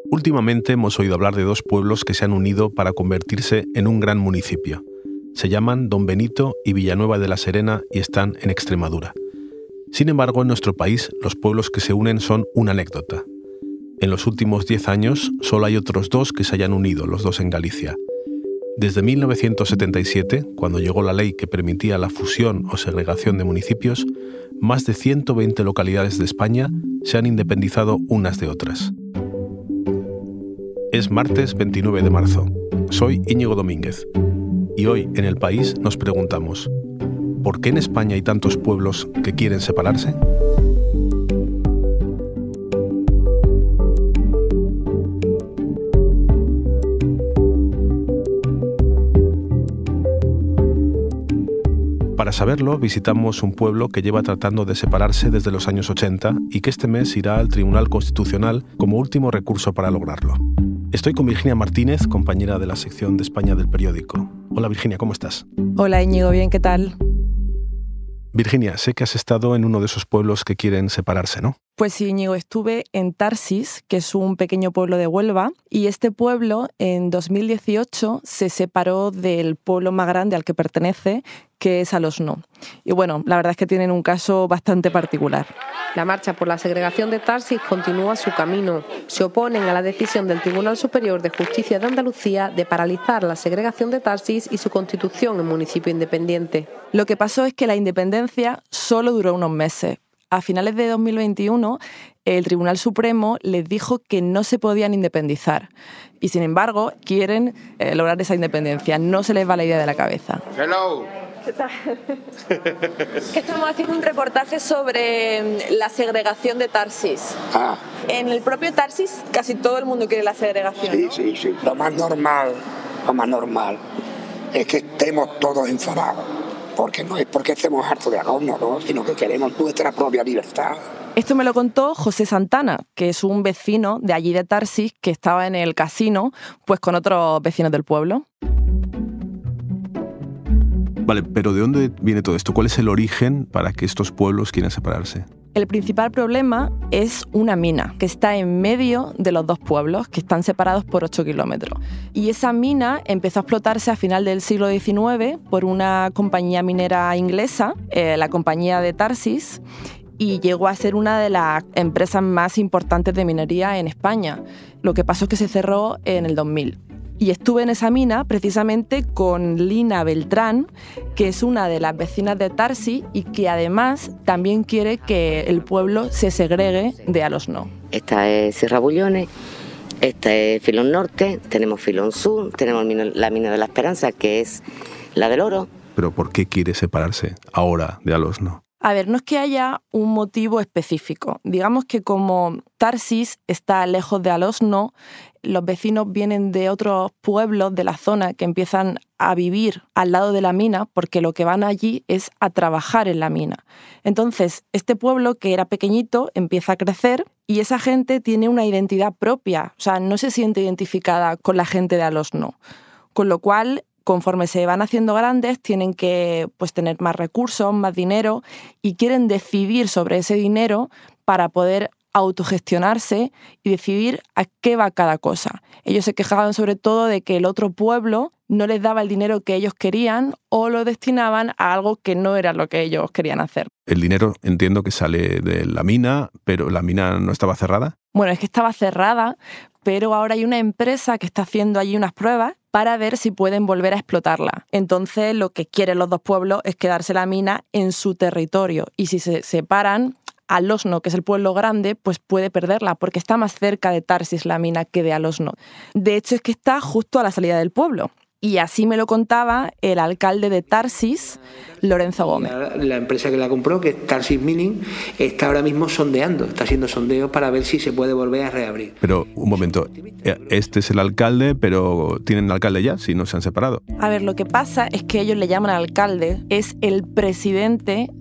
Últimamente hemos oído hablar de dos pueblos que se han unido para convertirse en un gran municipio. Se llaman Don Benito y Villanueva de la Serena y están en Extremadura. Sin embargo, en nuestro país, los pueblos que se unen son una anécdota. En los últimos 10 años, solo hay otros dos que se hayan unido, los dos en Galicia. Desde 1977, cuando llegó la ley que permitía la fusión o segregación de municipios, más de 120 localidades de España se han independizado unas de otras. Es martes 29 de marzo. Soy Íñigo Domínguez. Y hoy, en El País, nos preguntamos: ¿por qué en España hay tantos pueblos que quieren separarse? Para saberlo, visitamos un pueblo que lleva tratando de separarse desde los años 80 y que este mes irá al Tribunal Constitucional como último recurso para lograrlo. Estoy con Virginia Martínez, compañera de la sección de España del periódico. Hola Virginia, ¿cómo estás? Hola Íñigo, bien, ¿qué tal? Virginia, sé que has estado en uno de esos pueblos que quieren separarse, ¿no? Pues sí, Íñigo, estuve en Tarsis, que es un pequeño pueblo de Huelva, y este pueblo en 2018 se separó del pueblo más grande al que pertenece, que es Alosno. Y bueno, la verdad es que tienen un caso bastante particular. La marcha por la segregación de Tarsis continúa su camino. Se oponen a la decisión del Tribunal Superior de Justicia de Andalucía de paralizar la segregación de Tarsis y su constitución en municipio independiente. Lo que pasó es que la independencia solo duró unos meses. A finales de 2021, el Tribunal Supremo les dijo que no se podían independizar. Y sin embargo, quieren lograr esa independencia. No se les va la idea de la cabeza. Hello. ¿Qué tal? Que estamos haciendo un reportaje sobre la segregación de Tarsis. En el propio Tarsis casi todo el mundo quiere la segregación, Sí, ¿no? sí. Lo más normal es que estemos todos enfadados. Porque no es porque estemos hartos de Alosno, ¿no? Sino que queremos nuestra propia libertad. Esto me lo contó José Santana, que es un vecino de allí de Tarsis que estaba en el casino pues con otros vecinos del pueblo. Vale, pero ¿de dónde viene todo esto? ¿Cuál es el origen para que estos pueblos quieran separarse? El principal problema es una mina que está en medio de los dos pueblos, que están separados por 8 kilómetros. Y esa mina empezó a explotarse a final del siglo XIX por una compañía minera inglesa, la compañía de Tarsis, y llegó a ser una de las empresas más importantes de minería en España. Lo que pasó es que se cerró en el 2000. Y estuve en esa mina precisamente con Lina Beltrán, que es una de las vecinas de Tarsis y que además también quiere que el pueblo se segregue de Alosno. Esta es Sierra Bullones, esta es Filón Norte, tenemos Filón Sur, tenemos la mina de la Esperanza, que es la del oro. ¿Pero por qué quiere separarse ahora de Alosno? A ver, no es que haya un motivo específico. Digamos que como Tarsis está lejos de Alosno, los vecinos vienen de otros pueblos de la zona que empiezan a vivir al lado de la mina porque lo que van allí es a trabajar en la mina. Entonces, este pueblo, que era pequeñito, empieza a crecer y esa gente tiene una identidad propia. O sea, no se siente identificada con la gente de Alosno. Con lo cual, conforme se van haciendo grandes, tienen que tener más recursos, más dinero y quieren decidir sobre ese dinero para poder autogestionarse y decidir a qué va cada cosa. Ellos se quejaban sobre todo de que el otro pueblo no les daba el dinero que ellos querían o lo destinaban a algo que no era lo que ellos querían hacer. El dinero entiendo que sale de la mina, pero ¿la mina no estaba cerrada? Bueno, es que estaba cerrada, pero ahora hay una empresa que está haciendo allí unas pruebas para ver si pueden volver a explotarla. Entonces, lo que quieren los dos pueblos es quedarse la mina en su territorio. Y si se separan, Alosno, que es el pueblo grande, pues puede perderla, porque está más cerca de Tarsis la mina que de Alosno. De hecho, es que está justo a la salida del pueblo. Y así me lo contaba el alcalde de Tarsis, Lorenzo Gómez. La empresa que la compró, que es Tarsis Mining, está ahora mismo está haciendo sondeos para ver si se puede volver a reabrir. Pero, un momento, este es el alcalde, pero ¿tienen alcalde ya, si no se han separado? A ver, lo que pasa es que ellos le llaman alcalde, es el presidente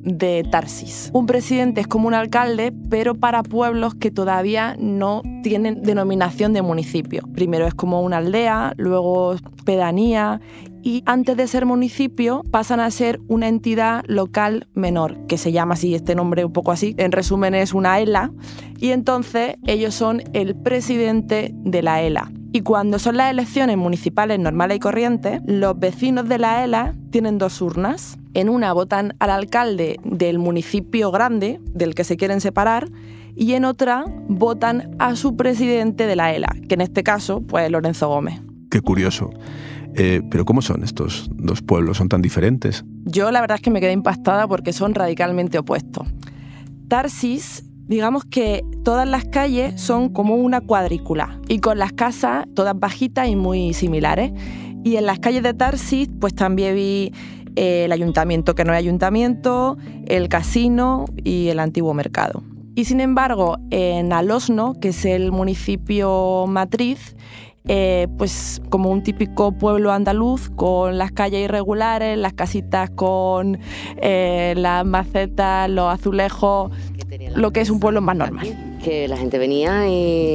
de Tarsis. Un presidente es como un alcalde, pero para pueblos que todavía no tienen denominación de municipio. Primero es como una aldea, luego pedanía, y antes de ser municipio pasan a ser una entidad local menor, que se llama así, este nombre un poco así, en resumen es una ELA, y entonces ellos son el presidente de la ELA. Y cuando son las elecciones municipales normales y corrientes, los vecinos de la ELA tienen 2 urnas. En una votan al alcalde del municipio grande, del que se quieren separar, y en otra votan a su presidente de la ELA, que en este caso, pues Lorenzo Gómez. Qué curioso. Pero ¿cómo son estos 2 pueblos? ¿Son tan diferentes? Yo la verdad es que me quedé impactada porque son radicalmente opuestos. Tarsis, digamos que todas las calles son como una cuadrícula y con las casas todas bajitas y muy similares. Y en las calles de Tarsis pues también vi el ayuntamiento, que no es ayuntamiento, el casino y el antiguo mercado. Y sin embargo, en Alosno, que es el municipio matriz, pues como un típico pueblo andaluz, con las calles irregulares, las casitas con las macetas, los azulejos, lo que es un pueblo más normal. Que la gente venía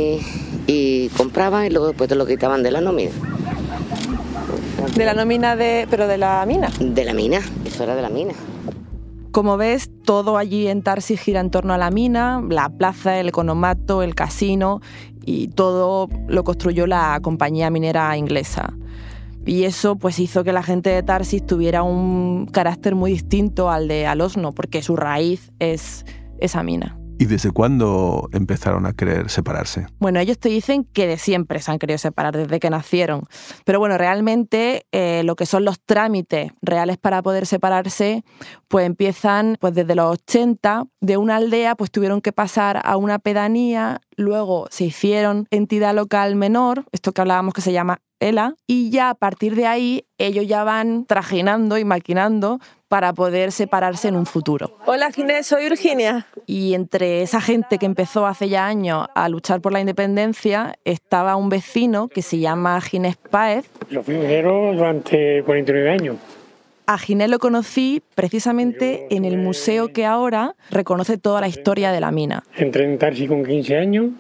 y compraba y luego después te lo quitaban de la nómina. ¿De la nómina pero de la mina? De la mina, eso era de la mina. Como ves, todo allí en Tarsis gira en torno a la mina, la plaza, el economato, el casino, y todo lo construyó la compañía minera inglesa. Y eso pues hizo que la gente de Tarsis tuviera un carácter muy distinto al de Alosno, porque su raíz es esa mina. ¿Y desde cuándo empezaron a querer separarse? Bueno, ellos te dicen que de siempre se han querido separar, desde que nacieron. Pero bueno, realmente lo que son los trámites reales para poder separarse, pues empiezan pues desde los 80. De una aldea pues tuvieron que pasar a una pedanía, luego se hicieron entidad local menor, esto que hablábamos que se llama ELA, y ya a partir de ahí ellos ya van trajinando y maquinando para poder separarse en un futuro. Hola Ginés, soy Virginia. Y entre esa gente que empezó hace ya años a luchar por la independencia estaba un vecino que se llama Ginés Páez. Lo fui minero durante 49 años. A Ginés lo conocí precisamente en el museo que ahora reconoce toda la historia de la mina. Entré en Tarsis con 15 años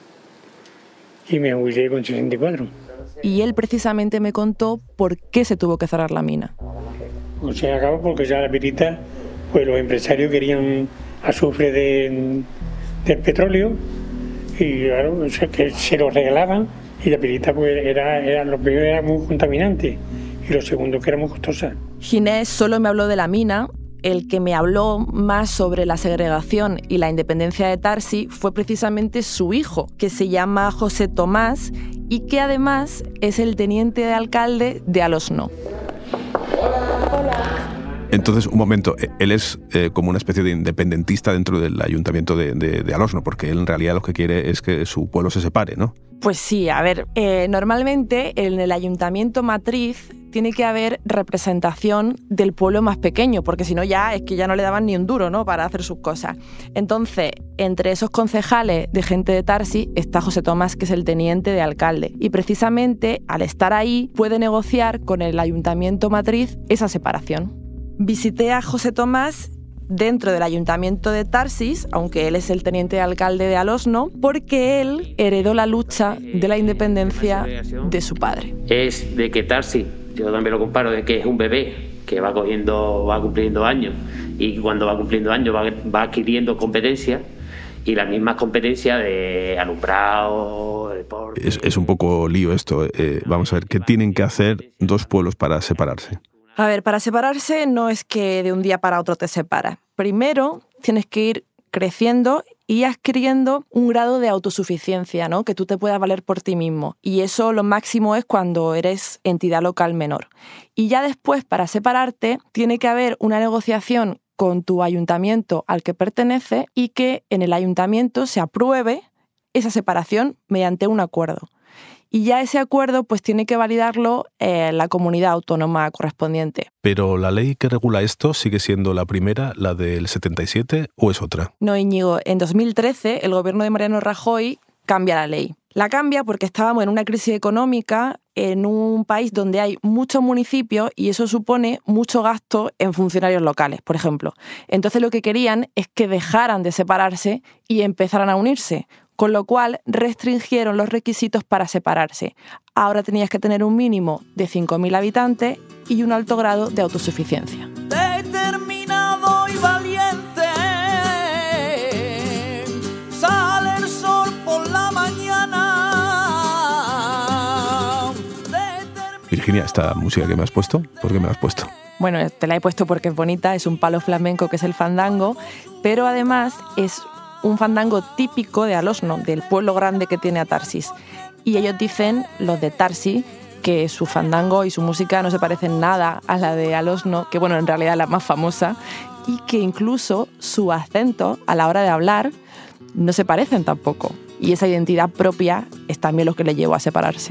y me jubilé con 64. Y él precisamente me contó por qué se tuvo que cerrar la mina. Pues se acabó porque ya la pirita, pues los empresarios querían azufre del petróleo y claro, o sea, que se lo regalaban y la pirita pues lo primero era muy contaminante y lo segundo que era muy costosa. Ginés solo me habló de la mina. El que me habló más sobre la segregación y la independencia de Tarsis fue precisamente su hijo, que se llama José Tomás y que además es el teniente de alcalde de Alosno. Entonces, un momento, él es como una especie de independentista dentro del ayuntamiento de Alosno, porque él en realidad lo que quiere es que su pueblo se separe, ¿no? Pues sí, a ver, normalmente en el ayuntamiento matriz tiene que haber representación del pueblo más pequeño, porque si no ya es que ya no le daban ni un duro, ¿no?, para hacer sus cosas. Entonces, entre esos concejales de gente de Tarsis está José Tomás, que es el teniente de alcalde, y precisamente al estar ahí puede negociar con el ayuntamiento matriz esa separación. Visité a José Tomás dentro del ayuntamiento de Tarsis, aunque él es el teniente de alcalde de Alosno, porque él heredó la lucha de la independencia de su padre. Es de que Tarsis, yo también lo comparo, de que es un bebé que va cumpliendo años y cuando va cumpliendo años va adquiriendo competencias y las mismas competencias de alumbrado, deporte... Es un poco lío esto. Vamos a ver, ¿qué tienen que hacer 2 pueblos para separarse? A ver, para separarse no es que de un día para otro te separas. Primero tienes que ir creciendo y adquiriendo un grado de autosuficiencia, ¿no?, que tú te puedas valer por ti mismo. Y eso lo máximo es cuando eres entidad local menor. Y ya después, para separarte, tiene que haber una negociación con tu ayuntamiento al que pertenece y que en el ayuntamiento se apruebe esa separación mediante un acuerdo. Y ya ese acuerdo pues tiene que validarlo la comunidad autónoma correspondiente. ¿Pero la ley que regula esto sigue siendo la primera, la del 77, o es otra? No, Íñigo, en 2013 el gobierno de Mariano Rajoy cambia la ley. La cambia porque estábamos en una crisis económica en un país donde hay muchos municipios y eso supone mucho gasto en funcionarios locales, por ejemplo. Entonces lo que querían es que dejaran de separarse y empezaran a unirse, con lo cual restringieron los requisitos para separarse. Ahora tenías que tener un mínimo de 5.000 habitantes y un alto grado de autosuficiencia. Determinado y valiente, sale el sol por la mañana. Virginia, esta música que me has puesto, ¿por qué me la has puesto? Bueno, te la he puesto porque es bonita, es un palo flamenco que es el fandango, pero además es un fandango típico de Alosno, del pueblo grande que tiene a Tarsis. Y ellos dicen, los de Tarsis, que su fandango y su música no se parecen nada a la de Alosno, que bueno, en realidad es la más famosa, y que incluso su acento a la hora de hablar no se parecen tampoco. Y esa identidad propia es también lo que le llevó a separarse.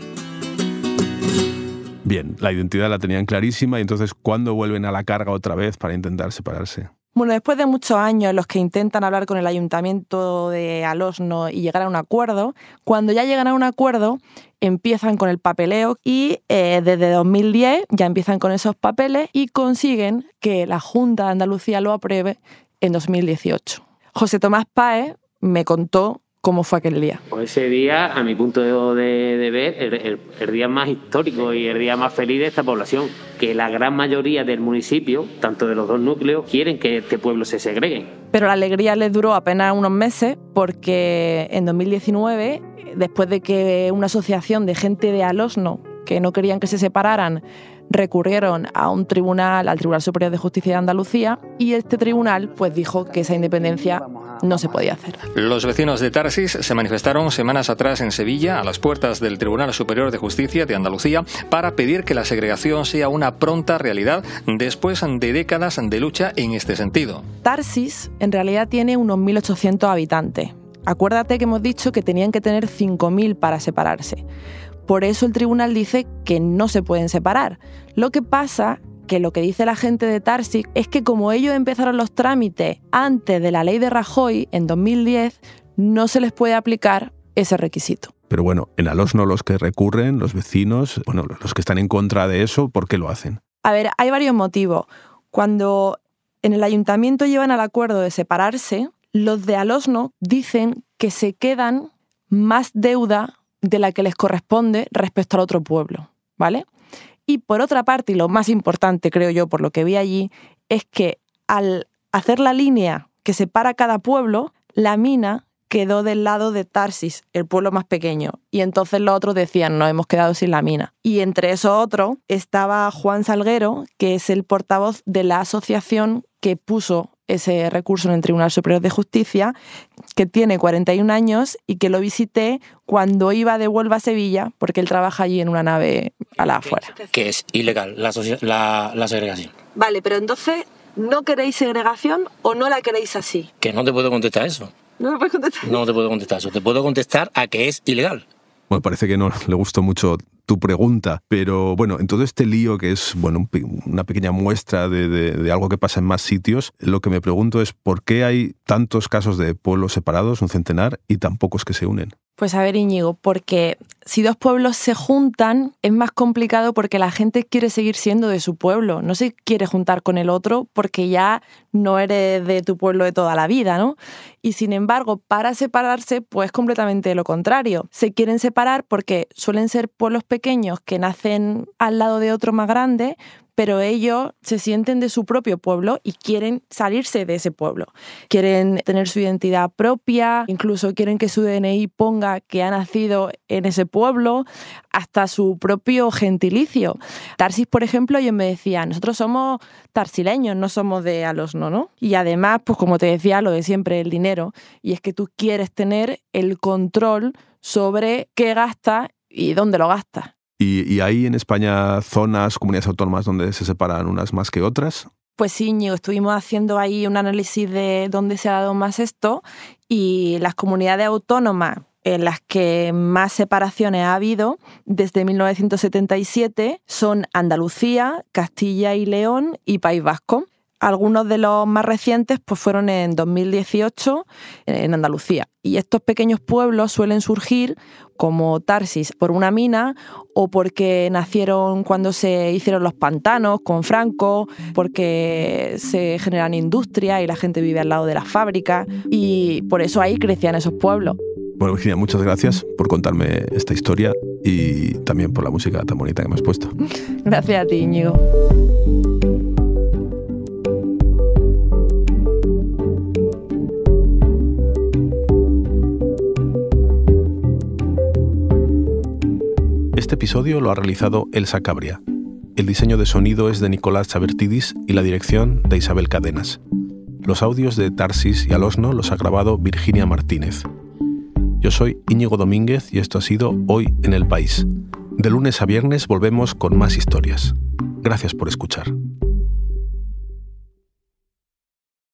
Bien, la identidad la tenían clarísima y entonces ¿cuándo vuelven a la carga otra vez para intentar separarse? Bueno, después de muchos años en los que intentan hablar con el ayuntamiento de Alosno y llegar a un acuerdo, cuando ya llegan a un acuerdo empiezan con el papeleo y desde 2010 ya empiezan con esos papeles y consiguen que la Junta de Andalucía lo apruebe en 2018. José Tomás Páez me contó cómo fue aquel día. Pues ese día, a mi punto de ver, el día más histórico y el día más feliz de esta población, que la gran mayoría del municipio, tanto de los dos núcleos, quieren que este pueblo se segregue. Pero la alegría les duró apenas unos meses porque en 2019, después de que una asociación de gente de Alosno que no querían que se separaran, recurrieron a un tribunal, al Tribunal Superior de Justicia de Andalucía, y este tribunal pues dijo que esa independencia no se podía hacer. Los vecinos de Tarsis se manifestaron semanas atrás en Sevilla, a las puertas del Tribunal Superior de Justicia de Andalucía, para pedir que la segregación sea una pronta realidad después de décadas de lucha en este sentido. Tarsis en realidad tiene unos 1.800 habitantes. Acuérdate que hemos dicho que tenían que tener 5.000 para separarse. Por eso el tribunal dice que no se pueden separar. Lo que pasa que lo que dice la gente de Tarsis es que como ellos empezaron los trámites antes de la ley de Rajoy en 2010, no se les puede aplicar ese requisito. Pero bueno, en Alosno los que recurren, los vecinos, bueno, los que están en contra de eso, ¿por qué lo hacen? A ver, hay varios motivos. Cuando en el ayuntamiento llevan al acuerdo de separarse, los de Alosno dicen que se quedan más deuda de la que les corresponde respecto al otro pueblo, ¿vale? Y por otra parte, y lo más importante, creo yo, por lo que vi allí, es que al hacer la línea que separa cada pueblo, la mina quedó del lado de Tarsis, el pueblo más pequeño. Y entonces los otros decían, nos hemos quedado sin la mina. Y entre esos otros estaba Juan Salguero, que es el portavoz de la asociación que puso ese recurso en el Tribunal Superior de Justicia, que tiene 41 años y que lo visité cuando iba de Huelva a Sevilla, porque él trabaja allí en una nave a la afuera. Que es ilegal la segregación. Vale, pero entonces, ¿no queréis segregación o no la queréis así? Que no te puedo contestar eso. ¿No me puedes contestar? No te puedo contestar eso. Te puedo contestar a que es ilegal. Bueno, parece que no le gustó mucho tu pregunta, pero bueno, en todo este lío que es bueno una pequeña muestra de algo que pasa en más sitios, lo que me pregunto es ¿por qué hay tantos casos de pueblos separados, un centenar, y tan pocos que se unen? Pues a ver, Íñigo, porque si dos pueblos se juntan es más complicado porque la gente quiere seguir siendo de su pueblo, no se quiere juntar con el otro porque ya no eres de tu pueblo de toda la vida, ¿no? Y sin embargo, para separarse, pues completamente lo contrario. Se quieren separar porque suelen ser pueblos pequeños que nacen al lado de otro más grande, pero ellos se sienten de su propio pueblo y quieren salirse de ese pueblo. Quieren tener su identidad propia, incluso quieren que su DNI ponga que ha nacido en ese pueblo, hasta su propio gentilicio. Tarsis, por ejemplo, ellos me decían, nosotros somos tarsileños, no somos de Alosno, ¿no? Y además, pues como te decía, lo de siempre, el dinero. Y es que tú quieres tener el control sobre qué gastas y dónde lo gastas. ¿Y hay en España zonas, comunidades autónomas donde se separan unas más que otras? Pues sí, Íñigo, estuvimos haciendo ahí un análisis de dónde se ha dado más esto y las comunidades autónomas en las que más separaciones ha habido desde 1977 son Andalucía, Castilla y León y País Vasco. Algunos de los más recientes pues fueron en 2018 en Andalucía. Y estos pequeños pueblos suelen surgir como Tarsis por una mina o porque nacieron cuando se hicieron los pantanos con Franco, porque se generan industrias y la gente vive al lado de las fábricas y por eso ahí crecían esos pueblos. Bueno, Virginia, muchas gracias por contarme esta historia y también por la música tan bonita que me has puesto. Gracias a ti, Íñigo. Este episodio lo ha realizado Elsa Cabria. El diseño de sonido es de Nicolás Chabertidis y la dirección de Isabel Cadenas. Los audios de Tarsis y Alosno los ha grabado Virginia Martínez. Yo soy Íñigo Domínguez y esto ha sido Hoy en el País. De lunes a viernes volvemos con más historias. Gracias por escuchar.